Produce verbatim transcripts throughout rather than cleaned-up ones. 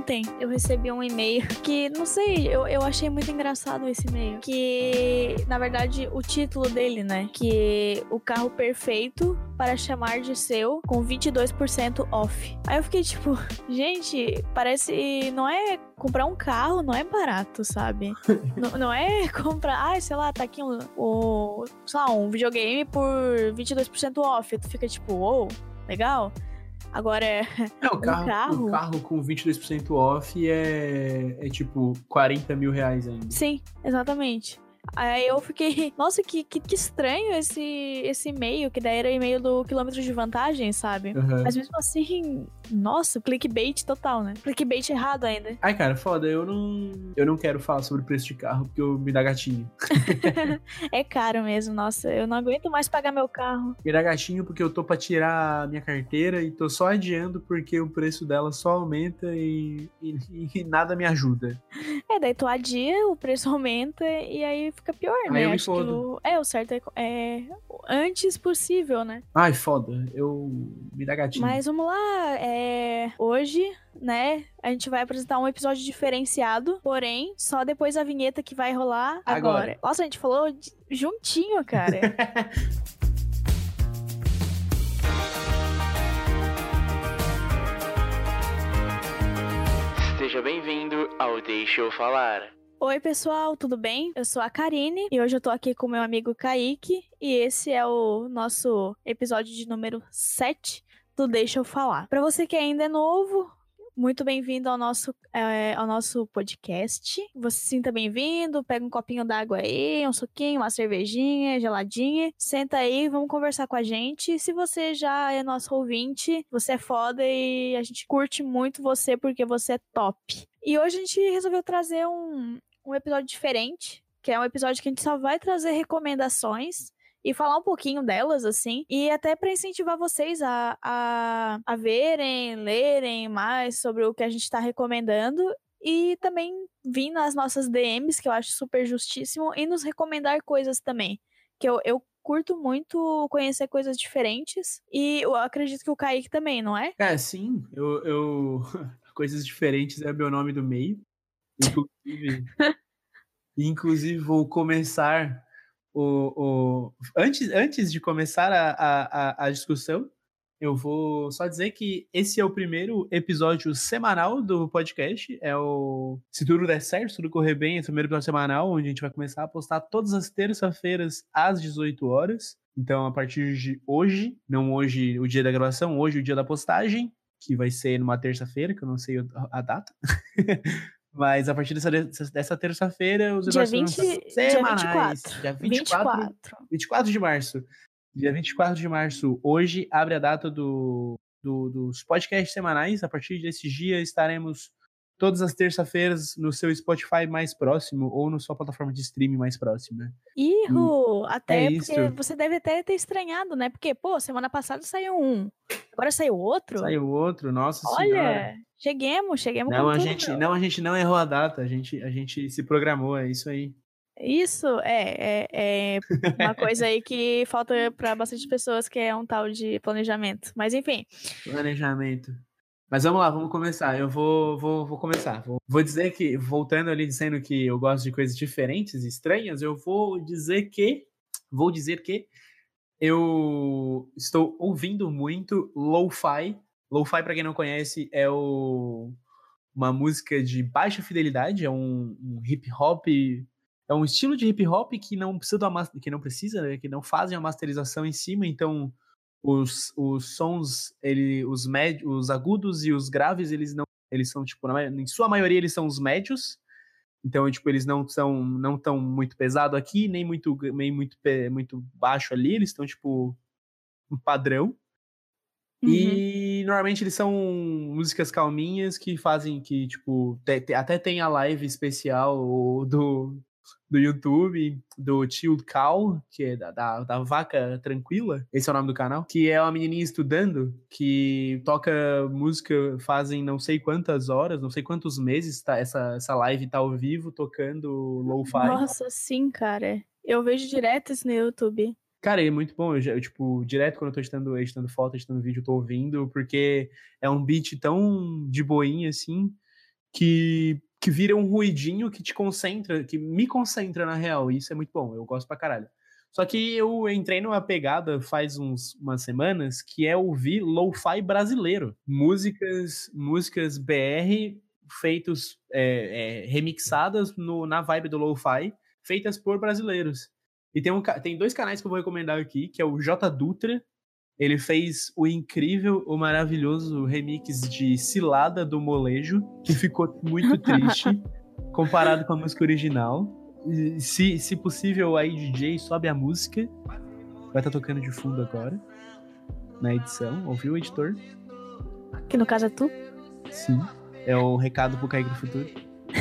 ontem eu recebi um e-mail que, não sei, eu, eu achei muito engraçado esse e-mail. Que, na verdade, o título dele, né? Que o carro perfeito para chamar de seu com vinte e dois por cento off. Aí eu fiquei tipo, gente, parece... Não é comprar um carro, não é barato, sabe? não, não é comprar... Ah, sei lá, tá aqui um, um... Sei lá, um videogame por vinte e dois por cento off. Tu fica tipo, uou, wow, legal. Agora, é, o um carro, carro... O carro com vinte e dois por cento off é, é tipo quarenta mil reais ainda. Sim, exatamente. Aí eu fiquei, nossa, que, que, que estranho esse, esse e-mail, que daí era e-mail do quilômetro de vantagem, sabe? Uhum. Mas mesmo assim, nossa, clickbait total, né? Clickbait errado ainda. Ai, cara, foda, eu não, eu não quero falar sobre o preço de carro, porque eu me dá gatinho. É caro mesmo, nossa, eu não aguento mais pagar meu carro. Me dá gatinho porque eu tô pra tirar a minha carteira e tô só adiando porque o preço dela só aumenta e, e, e nada me ajuda. É, daí tu adia, o preço aumenta e aí fica pior, aí né? Eu me Acho fodo. que o, é, o certo é, é antes possível, né? Ai, foda, eu me dá gatinho. Mas vamos lá, é... hoje, né, a gente vai apresentar um episódio diferenciado, porém, só depois a vinheta que vai rolar agora. agora. Nossa, a gente falou de... juntinho, cara. Seja bem-vindo ao Deixa Eu Falar. Oi, pessoal, tudo bem? Eu sou a Karine e hoje eu tô aqui com meu amigo Kaique e esse é o nosso episódio de número sete do Deixa Eu Falar. Pra você que ainda é novo, muito bem-vindo ao nosso, é, ao nosso podcast. Você se sinta bem-vindo, pega um copinho d'água aí, um suquinho, uma cervejinha, geladinha. Senta aí, vamos conversar com a gente. Se você já é nosso ouvinte, você é foda e a gente curte muito você porque você é top. E hoje a gente resolveu trazer um, um episódio diferente, que é um episódio que a gente só vai trazer recomendações e falar um pouquinho delas, assim, e até para incentivar vocês a, a, a verem, lerem mais sobre o que a gente tá recomendando e também vir nas nossas D Ms, que eu acho super justíssimo, e nos recomendar coisas também, que eu, eu curto muito conhecer coisas diferentes e eu acredito que o Kaique também, não é? É, sim, eu... eu... coisas diferentes é meu nome do meio, inclusive, inclusive vou começar... O, o... Antes, antes de começar a, a, a discussão, eu vou só dizer que esse é o primeiro episódio semanal do podcast. É o... Se tudo der certo, se tudo correr bem, esse é o primeiro episódio semanal, onde a gente vai começar a postar todas as terças-feiras às dezoito horas. Então, a partir de hoje, não hoje o dia da gravação, hoje o dia da postagem, que vai ser numa terça-feira, que eu não sei a data. Mas a partir dessa, dessa terça-feira, os dia episódios vinte, serão semanais. Dia vinte e quatro. Dia vinte e quatro, vinte e quatro de março. Dia vinte e quatro de março, hoje, abre a data do, do, dos podcasts semanais. A partir desse dia, estaremos todas as terças-feiras no seu Spotify mais próximo ou na sua plataforma de streaming mais próxima. Ihu! Até é porque isso. você deve até ter estranhado, né? Porque, pô, semana passada saiu um, agora saiu outro. Saiu outro, nossa Olha, senhora. cheguemos, cheguemos não, com a tudo. Gente, não, a gente não errou a data, a gente, a gente se programou, é isso aí. Isso, é, é, é uma coisa aí que falta para bastante pessoas, que é um tal de planejamento. Mas enfim. Planejamento. Mas vamos lá, vamos começar. Eu vou, vou, vou começar. Vou, vou dizer que, voltando ali dizendo que eu gosto de coisas diferentes, estranhas, eu vou dizer que, vou dizer que eu estou ouvindo muito lo-fi. Lo-fi, para quem não conhece, é o, uma música de baixa fidelidade, é um, um hip hop, é um estilo de hip hop que não precisa, da, que não precisa, né, que não fazem a masterização em cima, então os, os sons, ele, os, med, os agudos e os graves, eles não, eles são, tipo, na, em sua maioria eles são os médios, então, tipo, eles não são não tão muito pesado aqui, nem muito, nem muito, muito baixo ali, eles estão, tipo, um padrão. Uhum. E normalmente eles são músicas calminhas que fazem que, tipo, te, te, até tem a live especial do, do YouTube, do Chilled Cow, que é da, da, da Vaca Tranquila, esse é o nome do canal, que é uma menininha estudando, que toca música fazem não sei quantas horas, não sei quantos meses tá, essa, essa live tá ao vivo tocando lo-fi. Nossa, sim, cara. Eu vejo direto isso no YouTube. Cara, é muito bom, eu, eu, tipo, direto quando eu tô editando, editando foto, editando vídeo, eu tô ouvindo, porque é um beat tão de boinha, assim, que, que vira um ruidinho que te concentra, que me concentra na real, e isso é muito bom, eu gosto pra caralho. Só que eu entrei numa pegada faz uns, umas semanas que é ouvir lo-fi brasileiro. Músicas, músicas B R feitos, é, é, remixadas no, na vibe do lo-fi, feitas por brasileiros. E tem, um, tem dois canais que eu vou recomendar aqui, que é o J Dutra. Ele fez o incrível, o maravilhoso remix de Cilada do Molejo, que ficou muito triste comparado com a música original. Se, se possível, aí D J sobe a música. Vai estar tocando de fundo agora, na edição. Ouviu, editor? Que no caso é tu? Sim. É o recado pro Kaique do Futuro.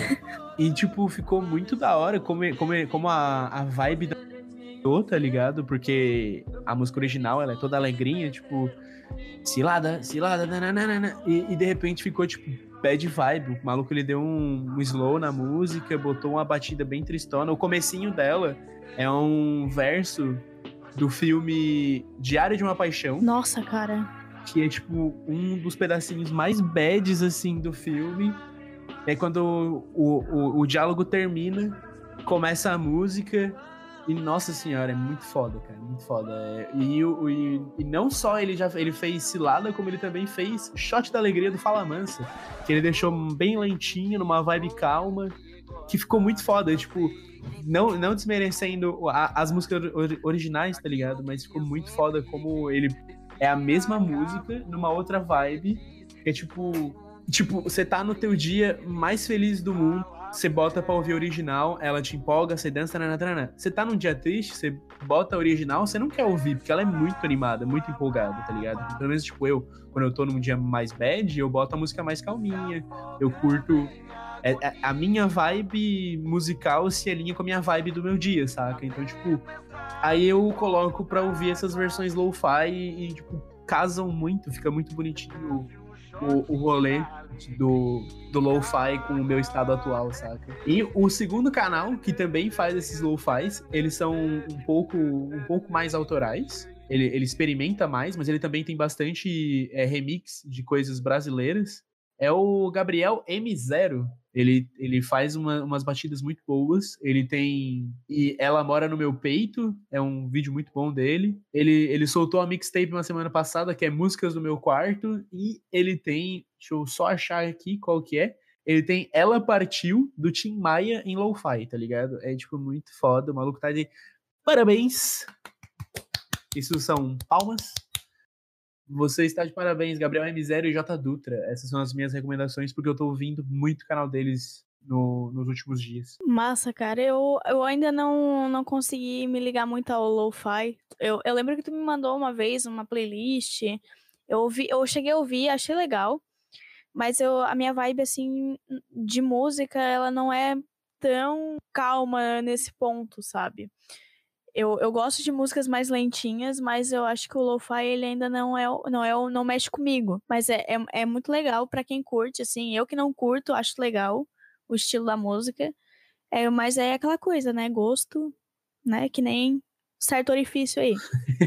E, tipo, ficou muito da hora como, como, como a, a vibe da tá ligado? Porque a música original, ela é toda alegrinha, tipo, cilada, cilada, nananana, e, e de repente ficou, tipo, bad vibe. O maluco, ele deu um, um slow na música, botou uma batida bem tristona. O comecinho dela é um verso do filme Diário de uma Paixão. Nossa, cara. Que é, tipo, um dos pedacinhos mais bads, assim, do filme. É quando o, o, o diálogo termina, começa a música... E, nossa senhora, é muito foda, cara, muito foda. É, e, e, e não só ele já ele fez Cilada, como ele também fez Shot da Alegria do Fala Mansa, que ele deixou bem lentinho, numa vibe calma, que ficou muito foda. Tipo, não, não desmerecendo a, as músicas or, originais, tá ligado? Mas ficou muito foda como ele é a mesma música, numa outra vibe, que é tipo... Tipo, você tá no teu dia mais feliz do mundo, você bota pra ouvir a original, ela te empolga, você dança, nananana. Você tá num dia triste, você bota a original, você não quer ouvir, porque ela é muito animada, muito empolgada, tá ligado? Pelo menos, tipo, eu, quando eu tô num dia mais bad, eu boto a música mais calminha, eu curto... É, é, a minha vibe musical se alinha com a minha vibe do meu dia, saca? Então, tipo, aí eu coloco pra ouvir essas versões lo-fi e, e tipo, casam muito, fica muito bonitinho o, o rolê do, do lo-fi com o meu estado atual, saca? E o segundo canal, que também faz esses lo-fis, eles são um pouco, um pouco mais autorais. Ele, ele experimenta mais, mas ele também tem bastante é, remix de coisas brasileiras. É o Gabriel M zero. Ele, ele faz uma, umas batidas muito boas. Ele tem... E Ela Mora no Meu Peito. É um vídeo muito bom dele. Ele, ele soltou a mixtape uma semana passada, que é Músicas do Meu Quarto. E ele tem... Deixa eu só achar aqui qual que é. Ele tem Ela Partiu, do Tim Maia, em lo-fi, tá ligado? É, tipo, muito foda. O maluco tá de... Parabéns! Isso são palmas. Você está de parabéns, Gabriel M zero e J Dutra. Essas são as minhas recomendações, porque eu tô ouvindo muito o canal deles no, nos últimos dias. Massa, cara. Eu, eu ainda não, não consegui me ligar muito ao lo-fi. Eu, eu lembro que tu me mandou uma vez uma playlist. Eu, ouvi, eu cheguei a ouvir, achei legal. Mas eu, a minha vibe, assim, de música, ela não é tão calma nesse ponto, sabe? Eu, eu gosto de músicas mais lentinhas, mas eu acho que o lo-fi ele ainda não é, não é, não mexe comigo. Mas é, é, é muito legal pra quem curte, assim. Eu que não curto, acho legal o estilo da música. É, mas é aquela coisa, né? Gosto, né? Que nem certo orifício aí.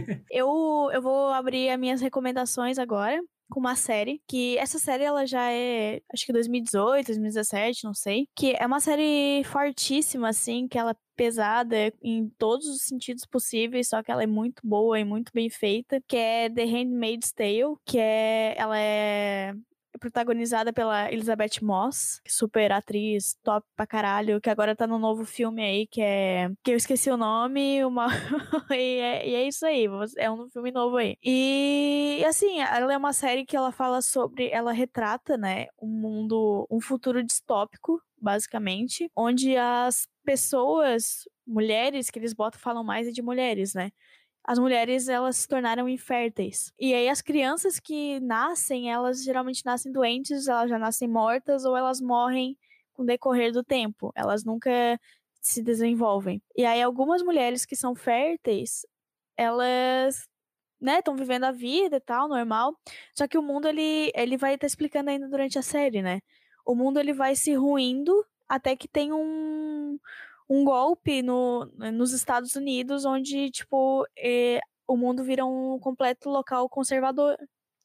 eu, eu vou abrir as minhas recomendações agora com uma série, que essa série ela já é, acho que dois mil e dezoito, dois mil e dezessete, não sei, que é uma série fortíssima, assim, que ela é pesada em todos os sentidos possíveis, só que ela é muito boa e muito bem feita, que é The Handmaid's Tale, que é, ela é protagonizada pela Elizabeth Moss, super atriz, top pra caralho, que agora tá no novo filme aí, que é... que eu esqueci o nome, uma... e, é, e é isso aí, é um filme novo aí. E, assim, ela é uma série que ela fala sobre... ela retrata, né, um mundo... um futuro distópico, basicamente, onde as pessoas, mulheres, que eles botam, falam mais é de mulheres, né? As mulheres, elas se tornaram inférteis. E aí as crianças que nascem, elas geralmente nascem doentes, elas já nascem mortas ou elas morrem com o decorrer do tempo. Elas nunca se desenvolvem. E aí algumas mulheres que são férteis, elas, né, estão vivendo a vida e tal, normal. Só que o mundo, ele, ele vai estar explicando ainda durante a série, né? O mundo, ele vai se ruindo até que tem um... um golpe no, nos Estados Unidos, onde, tipo, eh, o mundo vira um completo local conservador.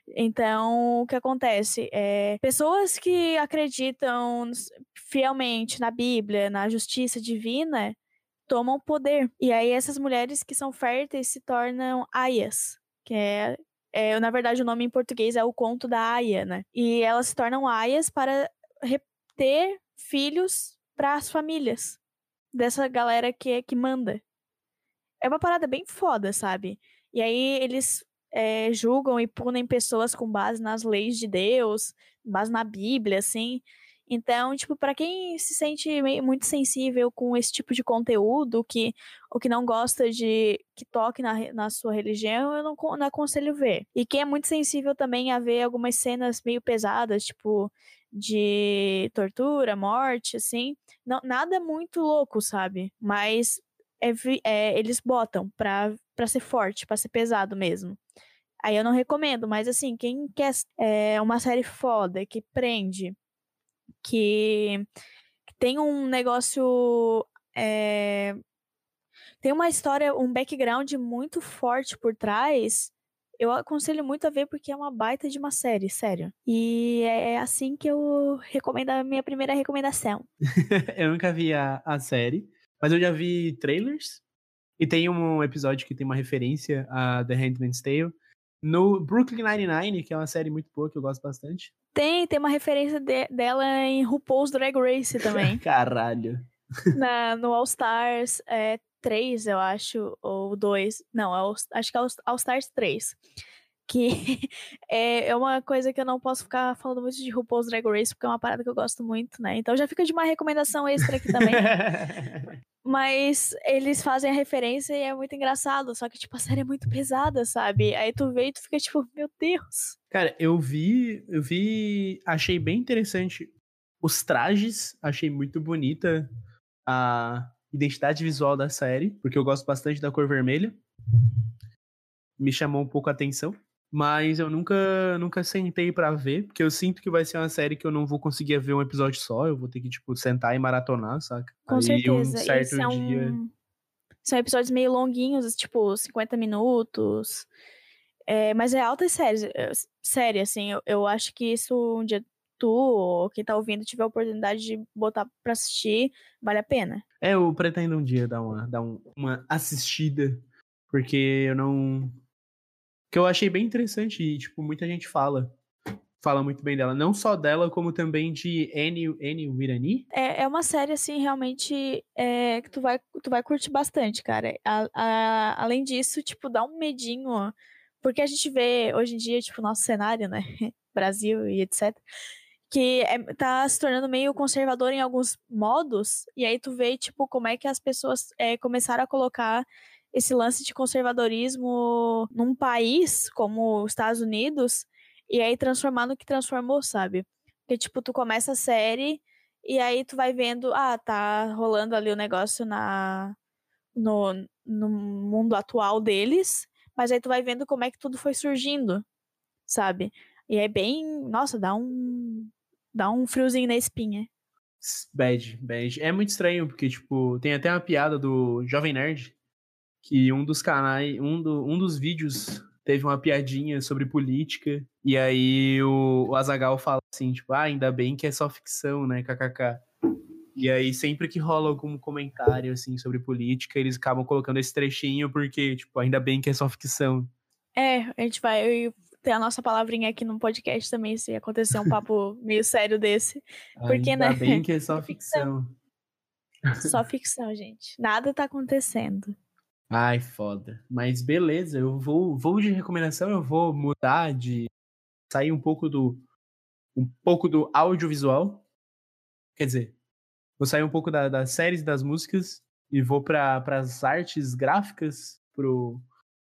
Então, o que acontece? É, pessoas que acreditam fielmente na Bíblia, na justiça divina, tomam poder. E aí essas mulheres que são férteis se tornam aias, que é, é na verdade o nome em português é o conto da aia, né? E elas se tornam aias para ter filhos para as famílias dessa galera que, que manda. É uma parada bem foda, sabe? E aí eles é, julgam e punem pessoas com base nas leis de Deus, base na Bíblia, assim. Então, tipo, pra quem se sente meio- muito sensível com esse tipo de conteúdo, que, ou que não gosta de que toque na, re- na sua religião, eu não, con- não aconselho ver. E quem é muito sensível também a ver algumas cenas meio pesadas, tipo, de tortura, morte, assim. Não, nada muito louco, sabe? Mas é vi- é, eles botam pra, pra ser forte, pra ser pesado mesmo. Aí eu não recomendo, mas assim, quem quer é, uma série foda, que prende, que, que tem um negócio. é, tem uma história, um background muito forte por trás. Eu aconselho muito a ver porque é uma baita de uma série, sério. E é assim que eu recomendo a minha primeira recomendação. Eu nunca vi a, a série, mas eu já vi trailers. E tem um episódio que tem uma referência a The Handmaid's Tale. No Brooklyn Nine-Nine, que é uma série muito boa, que eu gosto bastante. Tem, tem uma referência de- dela em RuPaul's Drag Race também. Caralho. Na, no All Stars é, três, eu acho, ou dois. Não, All- acho que é All, All Stars três. Que é, é uma coisa que eu não posso ficar falando muito de RuPaul's Drag Race, porque é uma parada que eu gosto muito, né? Então já fica de uma recomendação extra aqui também. Mas eles fazem a referência e é muito engraçado. Só que, tipo, a série é muito pesada, sabe? Aí tu vê e tu fica tipo, meu Deus. Cara, eu vi, eu vi, achei bem interessante os trajes, achei muito bonita a identidade visual da série, porque eu gosto bastante da cor vermelha. Me chamou um pouco a atenção, mas eu nunca, nunca sentei pra ver, porque eu sinto que vai ser uma série que eu não vou conseguir ver um episódio só, eu vou ter que, tipo, sentar e maratonar, saca? Com Aí um certeza. E certo são, dia... são episódios meio longuinhos, tipo, cinquenta minutos. É, mas é alta série, é, série, assim, eu, eu acho que isso um dia tu ou quem tá ouvindo tiver a oportunidade de botar pra assistir, vale a pena. É, eu pretendo um dia dar uma, dar um- uma assistida, porque eu não... Que eu achei bem interessante e, tipo, muita gente fala. Fala muito bem dela. Não só dela, como também de Annie, Annie Wirani. É, é uma série, assim, realmente é, que tu vai, tu vai curtir bastante, cara. A- a- além disso, tipo, dá um medinho, ó, porque a gente vê hoje em dia, tipo, o nosso cenário, né? Brasil e etcétera. Que é, tá se tornando meio conservador em alguns modos, e aí tu vê, tipo, como é que as pessoas é, começaram a colocar esse lance de conservadorismo num país como os Estados Unidos, e aí transformar no que transformou, sabe? Porque, tipo, tu começa a série, e aí tu vai vendo, ah, tá rolando ali o negócio na, no, no mundo atual deles, mas aí tu vai vendo como é que tudo foi surgindo, sabe? E é bem, nossa, dá um dá um friozinho na espinha. Bad, bad. É muito estranho, porque, tipo, tem até uma piada do Jovem Nerd, que um dos canais, um, do, um dos vídeos teve uma piadinha sobre política, e aí o, o Azaghal fala assim, tipo, ah, ainda bem que é só ficção, né, kkk. E aí, sempre que rola algum comentário, assim, sobre política, eles acabam colocando esse trechinho, porque, tipo, ainda bem que é só ficção. É, a gente vai ter a nossa palavrinha aqui no podcast também, se acontecer um papo meio sério desse. Porque, né? Ainda bem que é só É ficção. ficção. Só ficção, gente. Nada tá acontecendo. Ai, foda. Mas beleza, eu vou, vou de recomendação, eu vou mudar de sair um pouco do um pouco do audiovisual. Quer dizer, vou sair um pouco da- das séries e das músicas e vou para as artes gráficas, pro,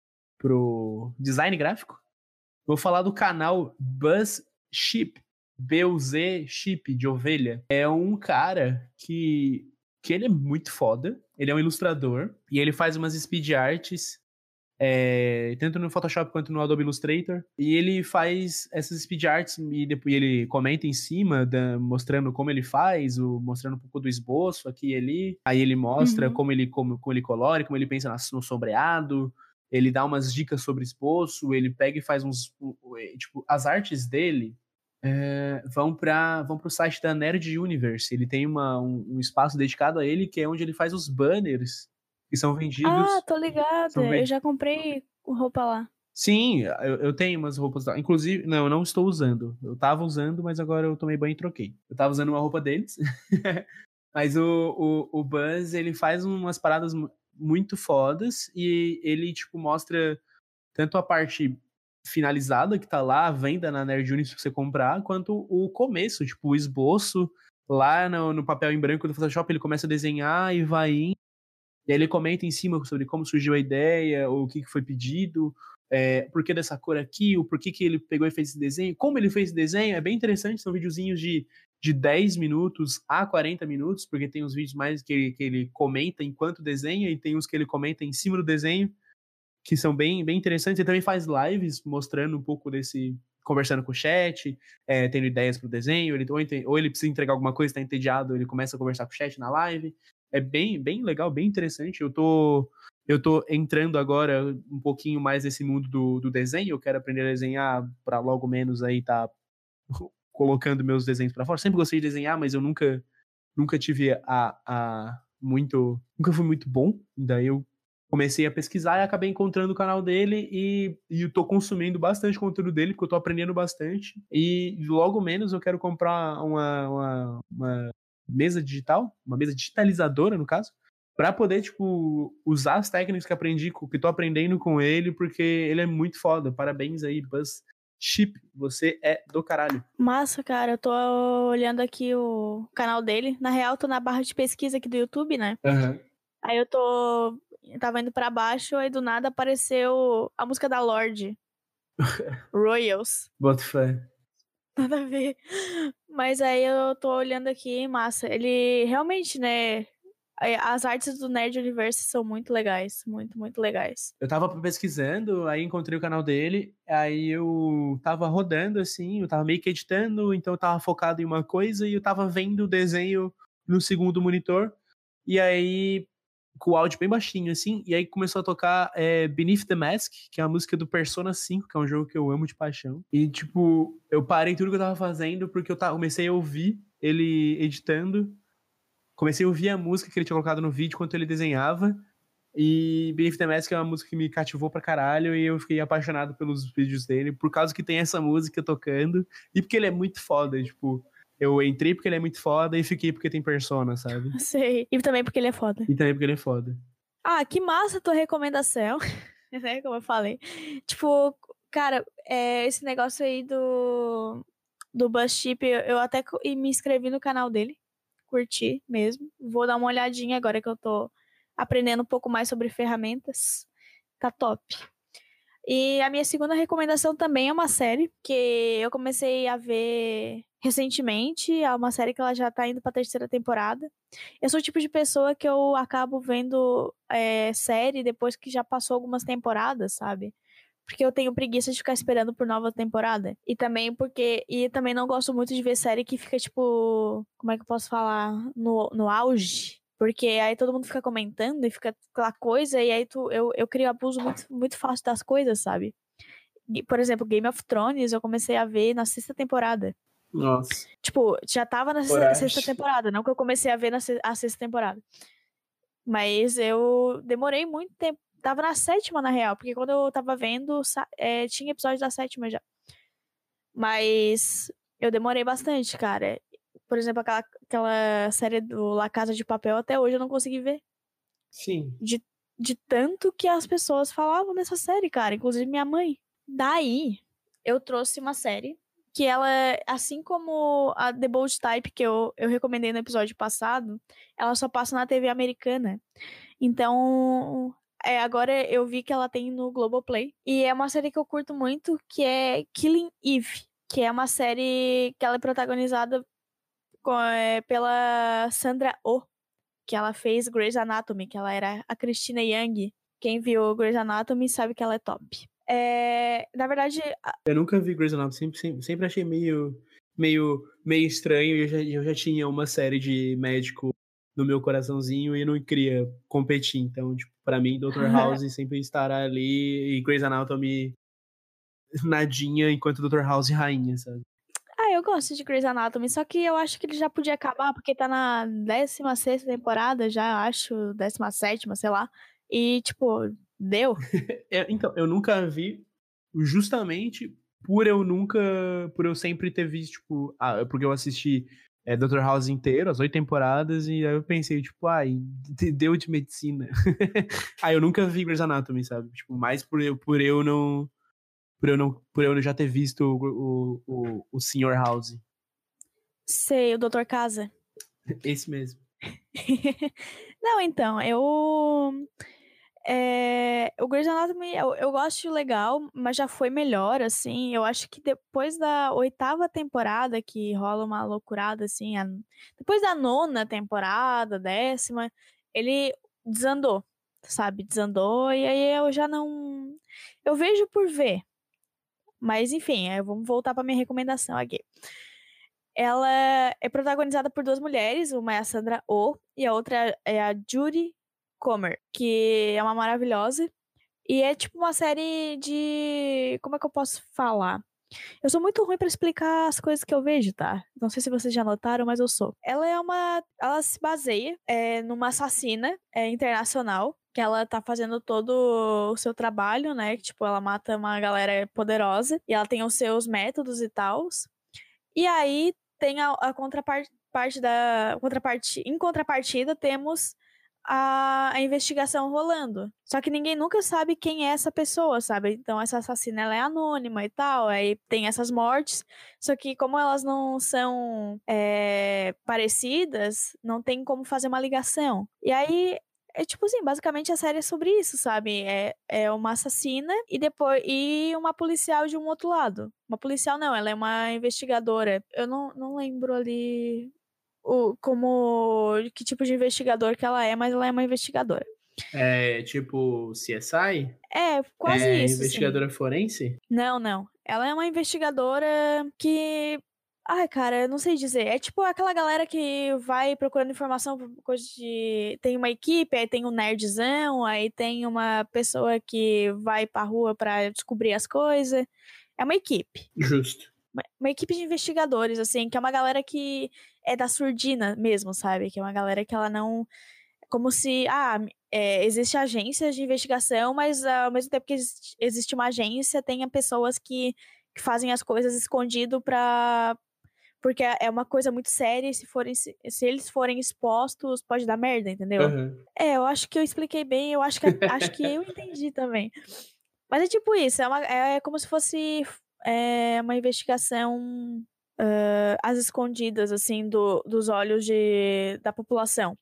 pro design gráfico. Vou falar do canal Buzz Sheep, B U Z Sheep, de ovelha. É um cara que, que ele é muito foda. Ele é um ilustrador e ele faz umas speed arts, é, tanto no Photoshop quanto no Adobe Illustrator. E ele faz essas speed arts e depois ele comenta em cima, da- mostrando como ele faz, o, mostrando um pouco do esboço aqui e ali. Aí ele mostra Uhum. como ele, como, como ele colore, como ele pensa no sombreado. ele dá umas dicas sobre esboço, ele pega e faz uns... Tipo, as artes dele é, vão para vão pro site da Nerd Universe. Ele tem uma, um, um espaço dedicado a ele, que é onde ele faz os banners que são vendidos... Ah, tô ligada. São Eu vendidos. já comprei roupa lá. Sim, eu, eu tenho umas roupas lá. Inclusive, não, eu não estou usando. Eu tava usando, mas agora eu tomei banho e troquei. Eu tava usando uma roupa deles. Mas o, o, o Buzz, ele faz umas paradas muito fodas e ele, tipo, mostra tanto a parte finalizada que tá lá, a venda na Nerd Universe pra você comprar, quanto o começo, tipo, o esboço lá no, no papel em branco do Photoshop, ele começa a desenhar e vai indo. E aí ele comenta em cima sobre como surgiu a ideia, o que foi pedido, é, por que dessa cor aqui, o porquê que ele pegou e fez esse desenho, como ele fez esse desenho, é bem interessante, são videozinhos de, de dez minutos a quarenta minutos, porque tem uns vídeos mais que ele, que ele comenta enquanto desenha, e tem uns que ele comenta em cima do desenho, que são bem, bem interessantes. Ele também faz lives mostrando um pouco desse... conversando com o chat, é, tendo ideias pro desenho, ele, ou, ou ele precisa entregar alguma coisa, tá entediado, ele começa a conversar com o chat na live. É bem, bem legal, bem interessante. Eu tô, eu tô entrando agora um pouquinho mais nesse mundo do, do desenho. Eu quero aprender a desenhar para logo menos aí tá colocando meus desenhos para fora. Sempre gostei de desenhar, mas eu nunca, nunca tive a, a muito, nunca fui muito bom. Daí eu comecei a pesquisar e acabei encontrando o canal dele e, e eu tô consumindo bastante conteúdo dele, porque eu tô aprendendo bastante. E logo menos eu quero comprar uma, uma, uma mesa digital, uma mesa digitalizadora, no caso, para poder, tipo, usar as técnicas que aprendi, que tô aprendendo com ele, porque ele é muito foda. Parabéns aí, Buzz Chip, você é do caralho. Massa, cara, eu tô olhando aqui o canal dele. Na real, tô na barra de pesquisa aqui do YouTube, né? Uhum. Aí eu tô... Tava indo pra baixo, aí do nada apareceu a música da Lorde. Royals. Bota fé. Nada a ver. Mas aí eu tô olhando aqui, massa. Ele realmente, né? As artes do Nerd Universe são muito legais. Muito, muito legais. Eu tava pesquisando, aí encontrei o canal dele, aí eu tava rodando assim, eu tava meio que editando, então eu tava focado em uma coisa e eu tava vendo o desenho no segundo monitor, e aí com o áudio bem baixinho assim, e aí começou a tocar é, Beneath the Mask, que é a música do Persona cinco, que é um jogo que eu amo de paixão. E tipo, eu parei tudo que eu tava fazendo porque eu tava, comecei a ouvir ele editando, comecei a ouvir a música que ele tinha colocado no vídeo enquanto ele desenhava. E Beneath the Mask é uma música que me cativou pra caralho e eu fiquei apaixonado pelos vídeos dele, por causa que tem essa música tocando e porque ele é muito foda, tipo, eu entrei porque ele é muito foda e fiquei porque tem Persona, sabe? Sei. E também porque ele é foda. E também porque ele é foda. Ah, que massa a tua recomendação. Né, como eu falei. Tipo, cara, é, esse negócio aí do, do BuzzChip, eu, eu até co- e me inscrevi no canal dele. Curti mesmo. Vou dar uma olhadinha agora que eu tô aprendendo um pouco mais sobre ferramentas. Tá top. E a minha segunda recomendação também é uma série que eu comecei a ver recentemente. É uma série que ela já tá indo pra terceira temporada. Eu sou o tipo de pessoa que eu acabo vendo é, série depois que já passou algumas temporadas, sabe? Porque eu tenho preguiça de ficar esperando por nova temporada. E também porque. E também não gosto muito de ver série que fica, tipo. Como é que eu posso falar? No, no auge. Porque aí todo mundo fica comentando e fica aquela coisa, e aí tu, eu, eu crio abuso muito, muito fácil das coisas, sabe? E, por exemplo, Game of Thrones eu comecei a ver na sexta temporada. Nossa. Tipo, já tava na sexta, Coragem. sexta temporada, não que eu comecei a ver na se- a sexta temporada. Mas eu demorei muito tempo. Tava na sétima, na real, porque quando eu tava vendo, sa- é, tinha episódio da sétima já. Mas eu demorei bastante, cara. Por exemplo, aquela, aquela série do La Casa de Papel, até hoje eu não consegui ver. Sim. De, de tanto que as pessoas falavam dessa série, cara. Inclusive minha mãe. Daí, eu trouxe uma série que ela, assim como a The Bold Type, que eu, eu recomendei no episódio passado, ela só passa na T V americana. Então, é, agora eu vi que ela tem no Globoplay. E é uma série que eu curto muito, que é Killing Eve. Que é uma série que ela é protagonizada com- é, pela Sandra Oh, que ela fez Grey's Anatomy, que ela era a Christina Yang. Quem viu Grey's Anatomy sabe que ela é top. É, na verdade, a- Eu nunca vi Grey's Anatomy, sempre, sempre, sempre achei meio, meio, meio estranho e eu já, eu já tinha uma série de médico no meu coraçãozinho e não queria competir. Então, tipo, pra mim, doutor House sempre estará ali e Grey's Anatomy nadinha enquanto doutor House rainha, sabe? Ah, eu gosto de Grey's Anatomy, só que eu acho que ele já podia acabar, porque tá na décima sexta temporada, já acho, décima sétima, sei lá. E, tipo, deu. É, então, eu nunca vi justamente por eu nunca, por eu sempre ter visto, tipo, ah, porque eu assisti é, doutor House inteiro, as oito temporadas, e aí eu pensei, tipo, ai, de- deu de medicina. Aí eu nunca vi Grey's Anatomy, sabe? Tipo, mais por eu, por eu não, por eu não, por eu já ter visto o, o, o, o senhor House. Sei, o doutor Casa. Esse mesmo. Não, então, eu. É, o Grey's Anatomy eu, eu gosto legal, mas já foi melhor, assim. Eu acho que depois da oitava temporada, que rola uma loucurada, assim, a- depois da nona temporada, décima, ele desandou, sabe? Desandou, e aí eu já não. Eu vejo por ver. Mas enfim, é, vamos voltar para minha recomendação aqui. Ela é protagonizada por duas mulheres, uma é a Sandra Oh e a outra é a Judy Comer, que é uma maravilhosa. E é tipo uma série de. Como é que eu posso falar? Eu sou muito ruim pra explicar as coisas que eu vejo, tá? Não sei se vocês já notaram, mas eu sou. Ela é uma. Ela se baseia é, numa assassina é, internacional. Que ela tá fazendo todo o seu trabalho, né? Que, tipo, ela mata uma galera poderosa. E ela tem os seus métodos e tal. E aí tem a, a contraparte parte da. Contraparte, em contrapartida, temos a, a investigação rolando. Só que ninguém nunca sabe quem é essa pessoa, sabe? Então essa assassina ela é anônima e tal. Aí tem essas mortes. Só que como elas não são é, parecidas, não tem como fazer uma ligação. E aí é tipo assim, basicamente a série é sobre isso, sabe? É, é uma assassina e depois e uma policial de um outro lado. Uma policial não, ela é uma investigadora. Eu não, não lembro ali o, como que tipo de investigador que ela é, mas ela é uma investigadora. É tipo C S I? É, quase É isso, sim. investigadora forense? Não, não. Ela é uma investigadora que. Ai, cara, eu não sei dizer. É tipo aquela galera que vai procurando informação por coisa de. Tem uma equipe, aí tem um nerdzão, aí tem uma pessoa que vai pra rua pra descobrir as coisas. É uma equipe. Justo. Uma, uma equipe de investigadores, assim, que é uma galera que é da surdina mesmo, sabe? Que é uma galera que ela não. Como se, ah, é, existe agências de investigação, mas ao mesmo tempo que existe, existe uma agência, tenha pessoas que, que fazem as coisas escondido pra. Porque é uma coisa muito séria e se, forem, se, se eles forem expostos, pode dar merda, entendeu? Aham. É, eu acho que eu expliquei bem, eu acho que, acho que eu entendi também. Mas é tipo isso, é, uma, é como se fosse é, uma investigação ah, às escondidas, assim, do, dos olhos de, da população.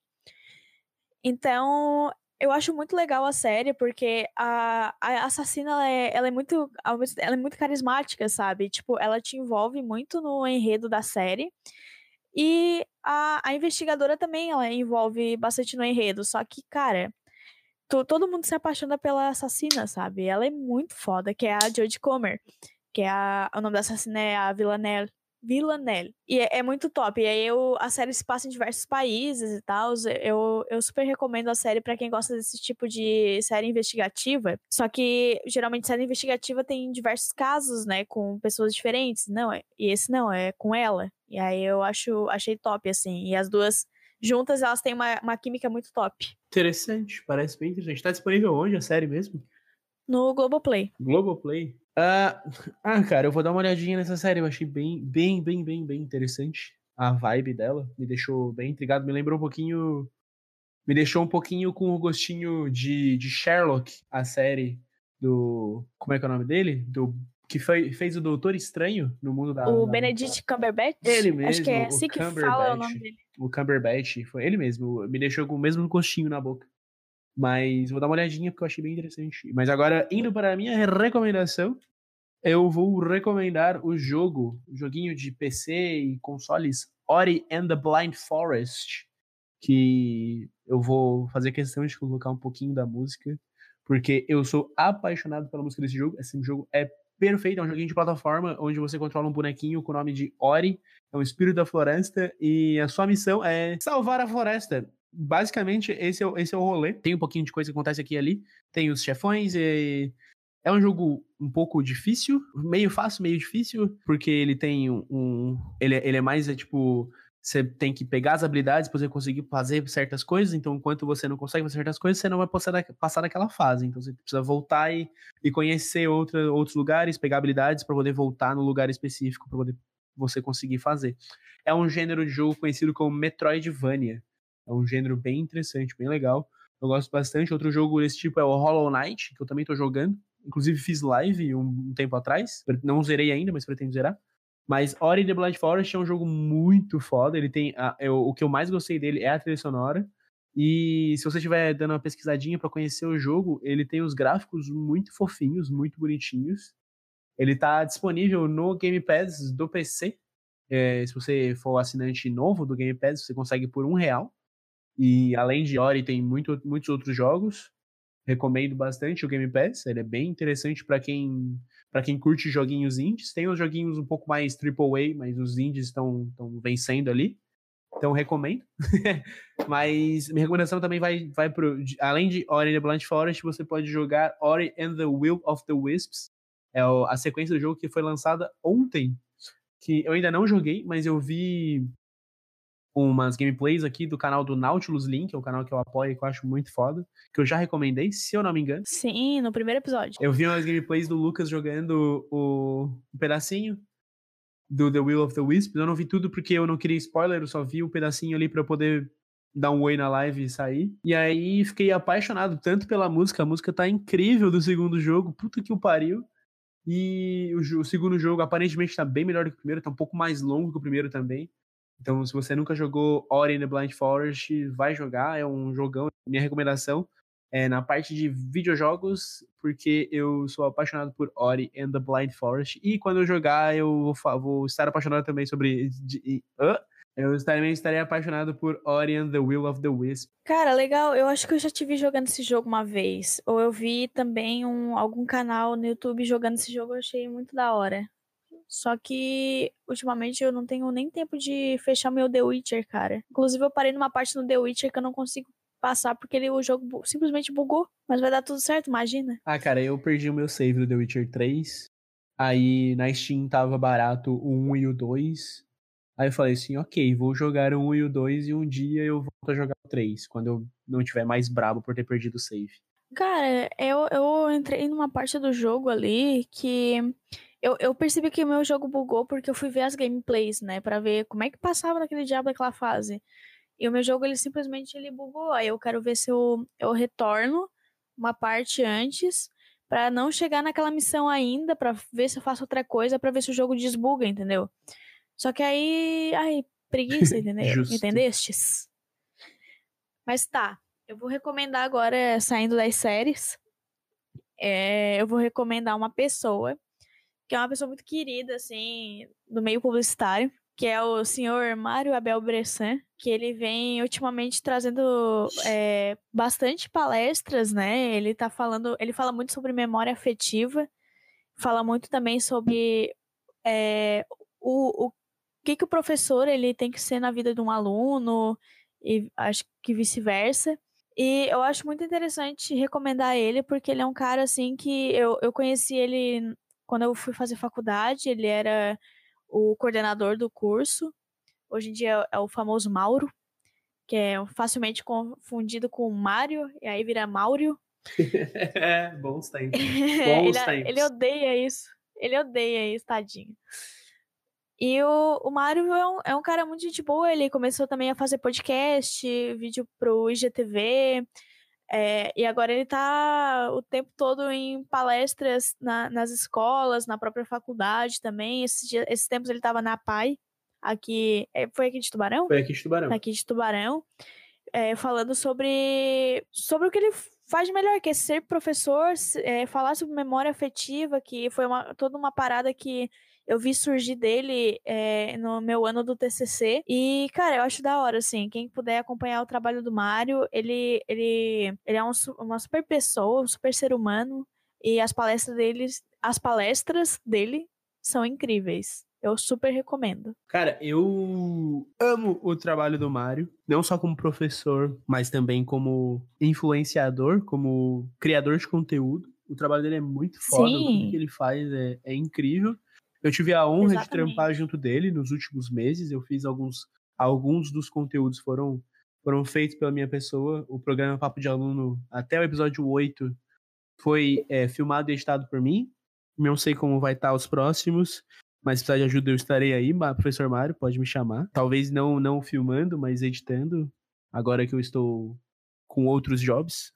Então, eu acho muito legal a série, porque a, a assassina, ela é, ela é muito, ao mesmo- ela é muito carismática, sabe? Tipo, ela te envolve muito no enredo da série. E a, a investigadora também, ela envolve bastante no enredo. Só que, cara, to- todo mundo se apaixona pela assassina, sabe? Ela é muito foda, que é a Jodie Comer. Que é a, o nome da assassina é a Villanelle. Villanelle. E é, é muito top. E aí eu, a série se passa em diversos países e tal. Eu, eu super recomendo a série pra quem gosta desse tipo de série investigativa. Só que geralmente série investigativa tem diversos casos, né? Com pessoas diferentes. Não, é- e esse não, é com ela. E aí eu acho, achei top, assim. E as duas juntas, elas têm uma, uma química muito top. Interessante, parece bem interessante. Tá disponível onde a série mesmo? No Globoplay. Globoplay? Ah, ah, cara, eu vou dar uma olhadinha nessa série. Eu achei bem, bem, bem, bem, bem interessante. A vibe dela me deixou bem intrigado. Me lembrou um pouquinho. Me deixou um pouquinho com o gostinho de, de Sherlock, a série do. Como é que é o nome dele? Do, que foi, fez o Doutor Estranho no mundo da. O da- Benedict Cumberbatch, Ele acho que mesmo, é o assim que fala o Cumberbatch. nome dele. O Cumberbatch, foi ele mesmo. Me deixou com o mesmo gostinho na boca. Mas vou dar uma olhadinha porque eu achei bem interessante. Mas agora, indo para a minha recomendação, eu vou recomendar o jogo, o joguinho de P C e consoles Ori and the Blind Forest, que eu vou fazer questão de colocar um pouquinho da música, porque eu sou apaixonado pela música desse jogo. Esse jogo é perfeito, é um joguinho de plataforma onde você controla um bonequinho com o nome de Ori, é um espírito da floresta, e a sua missão é salvar a floresta. basicamente, esse é, o- esse é o rolê. Tem um pouquinho de coisa que acontece aqui e ali. Tem os chefões e... É um jogo um pouco difícil, meio fácil, meio difícil, porque ele tem um... um- ele, é- ele é mais, é, tipo... Você tem que pegar as habilidades pra você conseguir fazer certas coisas, então enquanto você não consegue fazer certas coisas, você não vai passar, da, passar daquela fase. Então você precisa voltar e, e conhecer outra, outros lugares, pegar habilidades pra poder voltar no lugar específico, pra poder você conseguir fazer. É um gênero de jogo conhecido como Metroidvania. É um gênero bem interessante, bem legal. Eu gosto bastante. Outro jogo desse tipo é o Hollow Knight, que eu também tô jogando. Inclusive fiz live um, um tempo atrás. Não zerei ainda, mas pretendo zerar. Mas Ori and the Blind Forest é um jogo muito foda. Ele tem a, eu, o que eu mais gostei dele é a trilha sonora. E se você estiver dando uma pesquisadinha pra conhecer o jogo, ele tem os gráficos muito fofinhos, muito bonitinhos. Ele tá disponível no Game Pass do P C. É, se você for assinante novo do Game Pass, você consegue por um real. E além de Ori, tem muito, muitos outros jogos. Recomendo bastante o Game Pass. Ele é bem interessante para quem para quem curte joguinhos indies. Tem os joguinhos um pouco mais triple A, mas os indies estão vencendo ali. Então recomendo. Mas minha recomendação também vai, vai pro. Além de Ori and the Blind Forest, você pode jogar Ori and the Will of the Wisps. É a sequência do jogo que foi lançada ontem. Que eu ainda não joguei, mas eu vi umas gameplays aqui do canal do Nautilus Link, que é o canal que eu apoio e que eu acho muito foda, que eu já recomendei, se eu não me engano. Sim, no primeiro episódio. Eu vi umas gameplays do Lucas jogando o, um pedacinho do The Will of the Wisps. Eu não vi tudo porque eu não queria spoiler, eu só vi um pedacinho ali pra eu poder dar um oi na live e sair. E aí fiquei apaixonado tanto pela música, a música tá incrível do segundo jogo, puta que o pariu. E o, o segundo jogo aparentemente tá bem melhor do que o primeiro, tá um pouco mais longo que o primeiro também. Então, se você nunca jogou Ori and the Blind Forest, vai jogar, é um jogão. Minha recomendação é na parte de videojogos, porque eu sou apaixonado por Ori and the Blind Forest. E quando eu jogar, eu vou, vou estar apaixonado também sobre... De, uh, eu também estarei apaixonado por Ori and the Will of the Wisp. Cara, legal. Eu acho que eu já te vi jogando esse jogo uma vez. Ou eu vi também um, algum canal no YouTube jogando esse jogo, eu achei muito da hora. Só que, ultimamente, eu não tenho nem tempo de fechar meu The Witcher, cara. Inclusive, eu parei numa parte no The Witcher que eu não consigo passar porque ele, o jogo bu- simplesmente bugou. Mas vai dar tudo certo, imagina. Ah, cara, eu perdi o meu save do The Witcher três. Aí na Steam tava barato o um e o dois. Aí eu falei assim, ok, vou jogar o um e o dois e um dia eu volto a jogar o três, quando eu não tiver mais brabo por ter perdido o save. Cara, eu, eu entrei numa parte do jogo ali que eu, eu percebi que o meu jogo bugou porque eu fui ver as gameplays, né, pra ver como é que passava naquele diabo daquela fase. E o meu jogo, ele simplesmente ele bugou. Aí eu quero ver se eu, eu retorno uma parte antes pra não chegar naquela missão ainda, pra ver se eu faço outra coisa, pra ver se o jogo desbuga, entendeu? Só que aí, ai, preguiça, entendeu? Justo. Entendestes? Mas tá, eu vou recomendar agora, saindo das séries, é, eu vou recomendar uma pessoa, que é uma pessoa muito querida, assim, do meio publicitário, que é o senhor Mário Abel Bressan, que ele vem ultimamente trazendo é, bastante palestras, né? Ele tá falando, ele fala muito sobre memória afetiva, fala muito também sobre é, o, o que, que o professor ele tem que ser na vida de um aluno, e acho que vice-versa. E eu acho muito interessante recomendar ele, porque ele é um cara, assim, que eu, eu conheci ele quando eu fui fazer faculdade, ele era o coordenador do curso. Hoje em dia é o famoso Mauro, que é facilmente confundido com Mário, e aí vira Máurio. É, bons tempos. ele, Bons tempos. ele odeia isso. Ele odeia isso, tadinho. E o, o Mário é um, é um cara muito gente boa, ele começou também a fazer podcast, vídeo pro I G T V, é, e agora ele tá o tempo todo em palestras na, nas escolas, na própria faculdade também. Esses, dias, esses tempos ele tava na P A I, aqui, é, foi aqui de Tubarão? Foi aqui de Tubarão. Aqui de Tubarão, é, falando sobre, sobre o que ele faz de melhor, que é ser professor, é, falar sobre memória afetiva, que foi uma, toda uma parada que eu vi surgir dele é, no meu ano do T C C. E, cara, eu acho da hora, assim. Quem puder acompanhar o trabalho do Mário, ele, ele, ele é um, uma super pessoa, um super ser humano. E as palestras dele, as palestras dele são incríveis. Eu super recomendo. Cara, eu amo o trabalho do Mário, não só como professor, mas também como influenciador, como criador de conteúdo. O trabalho dele é muito foda, tudo que Sim, ele faz é, é incrível. Eu tive a honra de trampar exatamente. junto dele nos últimos meses, eu fiz alguns, alguns dos conteúdos foram, foram feitos pela minha pessoa. O programa Papo de Aluno, até o episódio oito, foi é, filmado e editado por mim. Não sei como vai estar os próximos, mas se precisar de ajuda eu estarei aí, Ma- professor Mário, pode me chamar. Talvez não, não filmando, mas editando, agora que eu estou com outros jobs.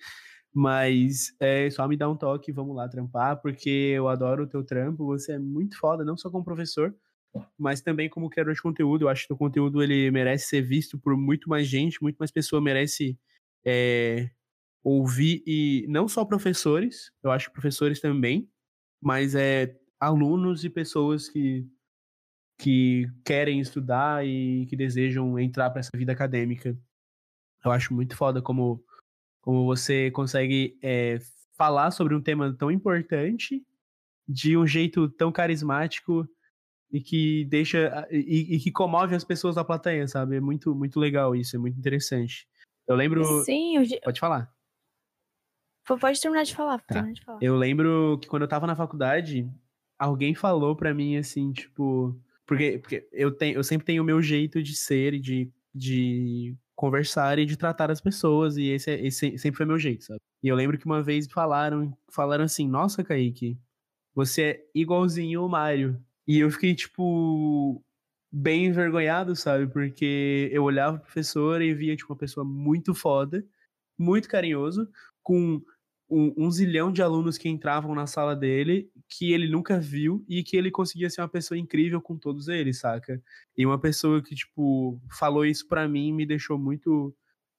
Mas é só me dar um toque, vamos lá trampar, porque eu adoro o teu trampo, você é muito foda, não só como professor, mas também como criador de conteúdo. Eu acho que o teu conteúdo ele merece ser visto por muito mais gente, muito mais pessoa merece é, ouvir, e não só professores, eu acho que professores também, mas é alunos e pessoas que, que querem estudar e que desejam entrar para essa vida acadêmica. Eu acho muito foda como, como você consegue é, falar sobre um tema tão importante de um jeito tão carismático e que deixa e, e que comove as pessoas da plateia, sabe? É muito, muito legal isso, é muito interessante. Eu lembro. Sim, eu ge- Pode falar. Pô, pode terminar de falar, pode Tá. terminar de falar. Eu lembro que quando eu tava na faculdade, alguém falou pra mim assim, tipo. Porque, porque eu, tenho, eu sempre tenho o meu jeito de ser e de, de conversar e de tratar as pessoas, e esse, é- esse sempre foi meu jeito, sabe? E eu lembro que uma vez falaram, falaram assim: Nossa, Kaique, você é igualzinho o Mário. E eu fiquei, tipo, bem envergonhado, sabe? Porque eu olhava pro professor e via, tipo, uma pessoa muito foda, muito carinhoso, com um, um zilhão de alunos que entravam na sala dele, que ele nunca viu e que ele conseguia ser uma pessoa incrível com todos eles, saca? E uma pessoa que, tipo, falou isso pra mim me deixou muito,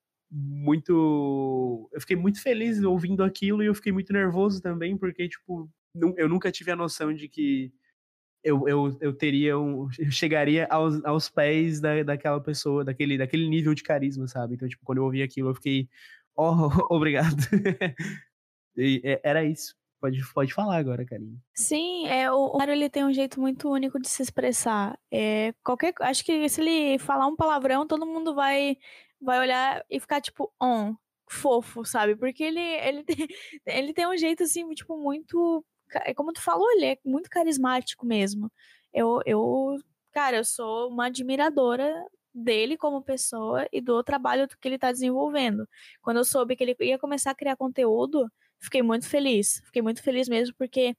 muito. Eu fiquei muito feliz ouvindo aquilo e eu fiquei muito nervoso também, porque, tipo, nu- eu nunca tive a noção de que eu, eu, eu teria um. Eu chegaria aos, aos pés da, daquela pessoa, daquele, daquele nível de carisma, sabe? Então, tipo, quando eu ouvi aquilo, eu fiquei. Oh, obrigado. E, é, era isso. Pode, pode falar agora, Karine. Sim, é, o, o Mário ele tem um jeito muito único de se expressar. É, qualquer, acho que se ele falar um palavrão, todo mundo vai vai olhar e ficar tipo, on, fofo, sabe? Porque ele ele tem, ele tem um jeito assim, tipo, muito, ca- é como tu falou, ele é muito carismático mesmo. Eu eu, cara, eu sou uma admiradora dele como pessoa e do trabalho que ele tá desenvolvendo. Quando eu soube que ele ia começar a criar conteúdo, fiquei muito feliz. Fiquei muito feliz mesmo, porque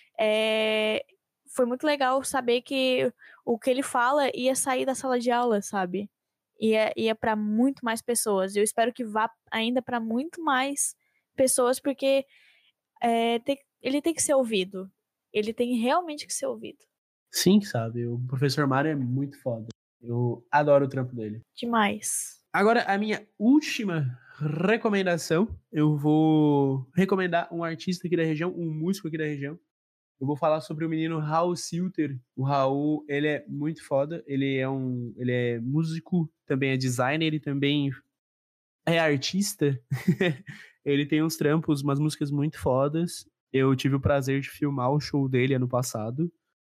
é, foi muito legal saber que o que ele fala ia sair da sala de aula, sabe? Ia, ia para muito mais pessoas. Eu espero que vá ainda para muito mais pessoas, porque é, tem- ele tem que ser ouvido. Ele tem realmente que ser ouvido. Sim, sabe? O professor Mário é muito foda. Eu adoro o trampo dele. Demais. Agora, a minha última recomendação, eu vou recomendar um artista aqui da região, um músico aqui da região. Eu vou falar sobre o menino Raul Silter. O Raul, ele é muito foda. Ele é um, ele é músico, também é designer, ele também é artista. Ele tem uns trampos, umas músicas muito fodas. Eu tive o prazer de filmar o show dele ano passado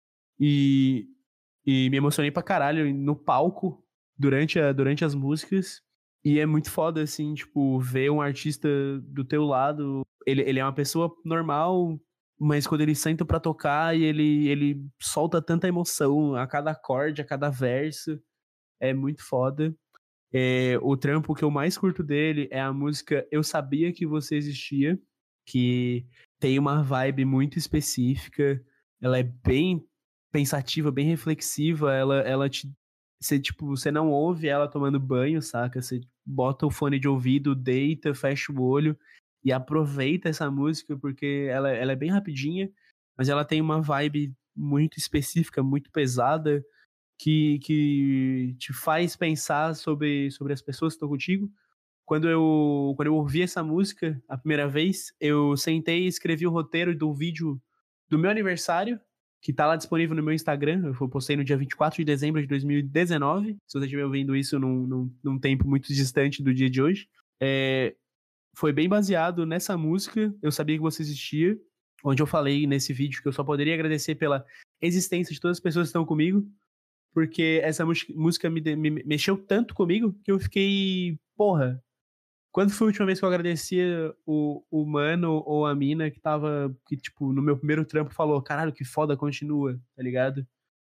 e, e me emocionei pra caralho no palco durante, a, durante as músicas. E é muito foda, assim, tipo, ver um artista do teu lado. Ele, ele é uma pessoa normal, mas quando ele senta pra tocar e ele, ele solta tanta emoção a cada acorde, a cada verso, é muito foda. É, o trampo que eu mais curto dele é a música Eu Sabia Que Você Existia, que tem uma vibe muito específica, ela é bem pensativa, bem reflexiva, ela, ela te. Você, tipo, você não ouve ela tomando banho, saca? Você bota o fone de ouvido, deita, fecha o olho e aproveita essa música, porque ela, ela é bem rapidinha, mas ela tem uma vibe muito específica, muito pesada, que, que te faz pensar sobre, sobre as pessoas que estão contigo. Quando eu, quando eu ouvi essa música a primeira vez, eu sentei e escrevi o roteiro do vídeo do meu aniversário, que tá lá disponível no meu Instagram. Eu postei no dia vinte e quatro de dezembro de dois mil e dezenove, se você estiver ouvindo isso num, num, num tempo muito distante do dia de hoje. É, foi bem baseado nessa música, Eu Sabia Que Você Existia, onde eu falei nesse vídeo que eu só poderia agradecer pela existência de todas as pessoas que estão comigo, porque essa música me, me mexeu tanto comigo que eu fiquei, porra, quando foi a última vez que eu agradecia o, o mano ou a mina que tava, que tipo, no meu primeiro trampo falou, caralho, que foda, continua, tá ligado?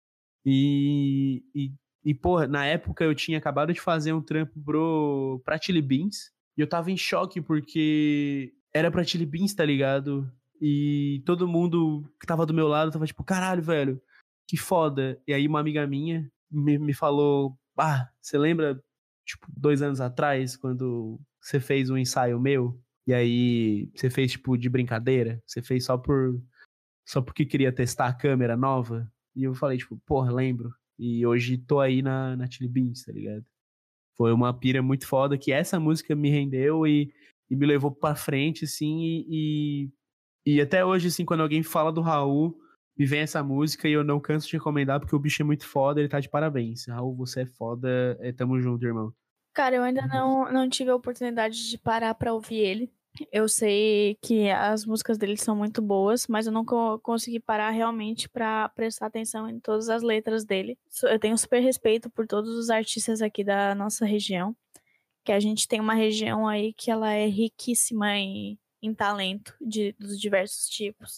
E, e, e porra, na época eu tinha acabado de fazer um trampo pro, pra Chili Beans, e eu tava em choque porque era pra Chili Beans, tá ligado? E todo mundo que tava do meu lado tava tipo, caralho, velho, que foda. E aí uma amiga minha me, me falou, ah, você lembra, tipo, dois anos atrás, quando você fez um ensaio meu? E aí você fez, tipo, de brincadeira? Você fez só por só porque queria testar a câmera nova? E eu falei, tipo, porra, lembro. E hoje tô aí na, na Chili Beans, tá ligado? Foi uma pira muito foda que essa música me rendeu e, e me levou pra frente, assim, e, e, e até hoje, assim, quando alguém fala do Raul, me vem essa música e eu não canso de recomendar porque o bicho é muito foda, ele tá de parabéns. Raul, você é foda, é, tamo junto, irmão. Cara, eu ainda não, não tive a oportunidade de parar pra ouvir ele. Eu sei que as músicas dele são muito boas, mas eu não co- consegui parar realmente pra prestar atenção em todas as letras dele. So- Eu tenho super respeito por todos os artistas aqui da nossa região, que a gente tem uma região aí que ela é riquíssima em, em talento de, dos diversos tipos.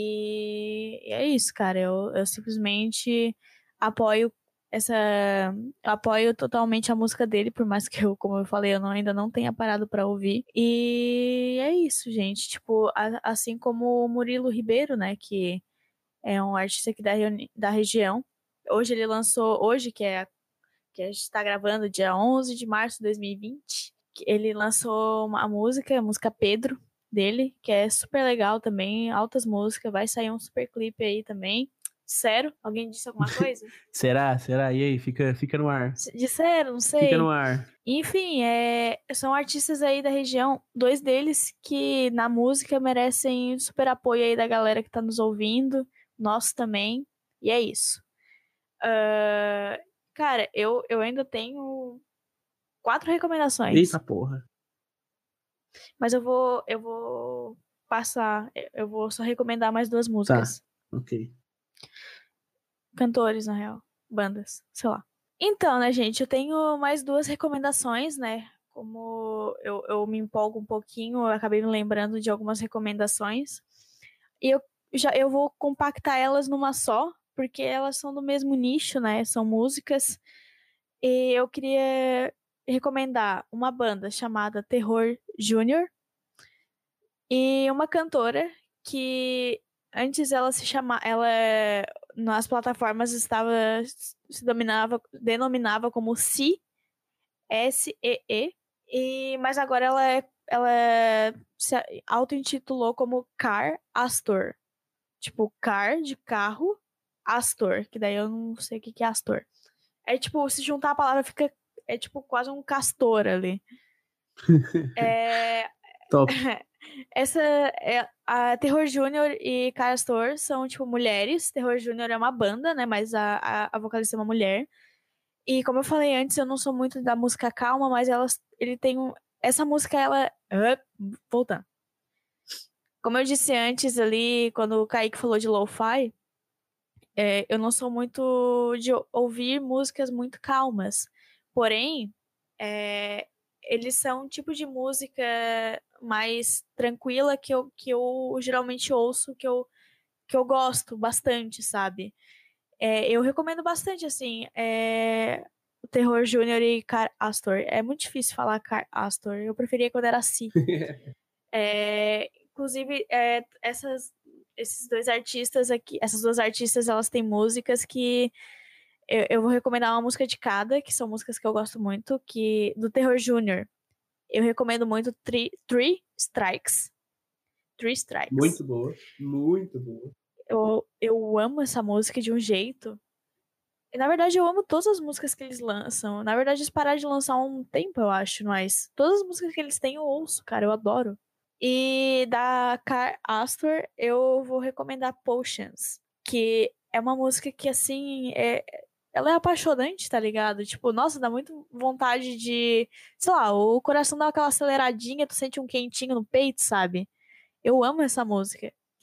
E, e é isso, cara. Eu, eu simplesmente apoio essa. Eu apoio totalmente a música dele, por mais que eu, como eu falei, eu não- ainda não tenha parado pra ouvir. E é isso, gente. Tipo, a- assim como o Murilo Ribeiro, né, que é um artista aqui da, reuni- da região. Hoje ele lançou, hoje que é a- que a gente tá gravando, dia onze de março de dois mil e vinte, que ele lançou uma música, a música Pedro, dele, que é super legal também, altas músicas, vai sair um super clipe aí também. Sério? Alguém disse alguma coisa? Será? Será? E aí? Fica, fica no ar. Disseram, não Fica no sei. ar. Enfim, é, são artistas aí da região, dois deles que na música merecem super apoio aí da galera que tá nos ouvindo, nosso também, e é isso. Ah, cara, eu, eu ainda tenho quatro recomendações, Eita porra. mas eu vou, eu vou passar, eu vou só recomendar mais duas músicas. Ok. Cantores, na real, bandas, sei lá. Então, né, gente, eu tenho mais duas recomendações, né? Como eu, eu me empolgo um pouquinho, eu acabei me lembrando de algumas recomendações. E eu já eu vou compactar elas numa só, porque elas são do mesmo nicho, né? São músicas. E eu queria recomendar uma banda chamada Terror Júnior e uma cantora que antes ela se chamava, ela nas plataformas estava se dominava, denominava como Si, S E E, e mas agora ela é, ela se auto-intitulou como Car Astor. Tipo, car de carro, Astor, que daí eu não sei o que que é Astor. É tipo, se juntar a palavra fica é tipo quase um castor ali. É, Top. essa é a Terror Júnior e Castor são tipo mulheres. Terror Júnior é uma banda, né? Mas a, a, a vocalista é uma mulher. E como eu falei antes, eu não sou muito da música calma, mas elas, ele tem um, essa música ela, ah, voltando. Como eu disse antes ali, quando o Kaique falou de lo-fi, é, eu não sou muito de ouvir músicas muito calmas. Porém, é, eles são um tipo de música mais tranquila que eu, que eu geralmente ouço, que eu, que eu gosto bastante, sabe? É, eu recomendo bastante, assim, é, o Terror Júnior e Car Astor. É muito difícil falar Car Astor. Eu preferia quando era Si. É, inclusive, é, essas, esses dois artistas aqui, essas duas artistas, elas têm músicas que eu, eu vou recomendar uma música de cada, que são músicas que eu gosto muito, que do Terror Júnior. Eu recomendo muito Three, Three Strikes. Three Strikes. Muito boa. Muito boa. Eu, eu amo essa música de um jeito. E, na verdade, eu amo todas as músicas que eles lançam. Na verdade, eles pararam de lançar há um tempo, eu acho, mas todas as músicas que eles têm eu ouço, cara, eu adoro. E da Car Astor, eu vou recomendar Potions, que é uma música que, assim, é, ela é apaixonante, tá ligado? Tipo, nossa, dá muito vontade de, sei lá, o coração dá aquela aceleradinha, tu sente um quentinho no peito, sabe? Eu amo essa música.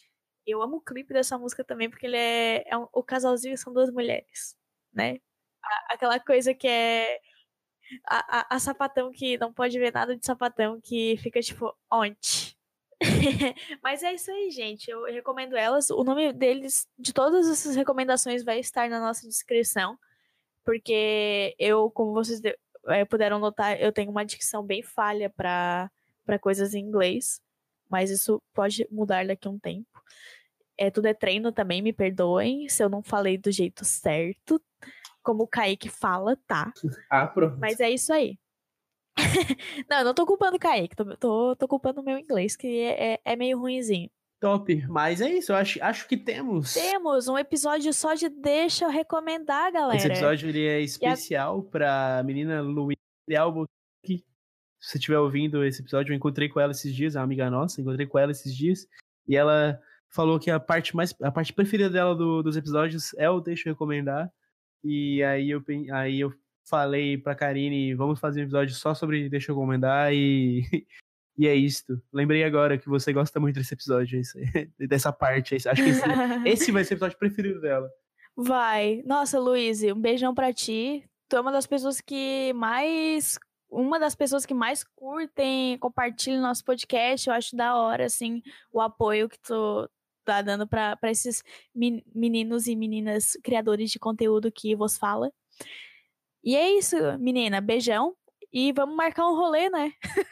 Eu amo o clipe dessa música também, porque ele é, é um, o casalzinho são duas mulheres, né? A- aquela coisa que é a, a, a sapatão que não pode ver nada de sapatão, que fica tipo, onde? Mas é isso aí, gente. Eu recomendo elas. O nome deles, de todas essas recomendações, vai estar na nossa descrição. Porque eu, como vocês de- eh, puderam notar, eu tenho uma dicção bem falha para para coisas em inglês. Mas isso pode mudar daqui a um tempo. É, tudo é treino também, me perdoem se eu não falei do jeito certo. Como o Kaique fala, tá? Ah, pronto. Mas é isso aí. Não, eu não tô culpando o Kaique, tô, tô, tô culpando o meu inglês, que é, é, é meio ruinzinho. Top. Mas é isso, eu acho, acho que temos. Temos um episódio só de deixa eu recomendar, galera. Esse episódio ele é E a- especial pra menina Luísa Albuquerque. Se você estiver ouvindo esse episódio, eu encontrei com ela esses dias, uma amiga nossa, encontrei com ela esses dias, e ela falou que a parte mais a parte preferida dela do- dos episódios é o Deixa eu Recomendar. E aí eu, pen- aí eu falei pra Karine, vamos fazer um episódio só sobre Deixa eu Recomendar, e, e é isto. Lembrei agora que você gosta muito desse episódio, esse- dessa parte. Acho que esse, esse vai ser o episódio preferido dela. Vai. Nossa, Luiz, um beijão pra ti. Tu é uma das pessoas que mais. Uma das pessoas que mais curtem, compartilham nosso podcast. Eu acho da hora, assim, o apoio que tu tá dando pra, pra esses men- meninos e meninas criadores de conteúdo que vos fala. E é isso, menina. Beijão. E vamos marcar um rolê, né?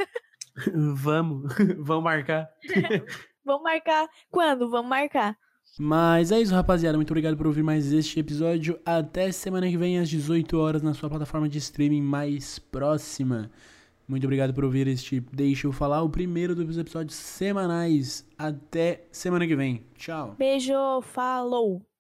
Vamos, vamos marcar. Vamos marcar. Quando? Vamos marcar. Mas é isso, rapaziada. Muito obrigado por ouvir mais este episódio. Até semana que vem, às dezoito horas, na sua plataforma de streaming mais próxima. Muito obrigado por ouvir este Deixa Eu Falar, o primeiro dos episódios semanais. Até semana que vem. Tchau. Beijo. Falou.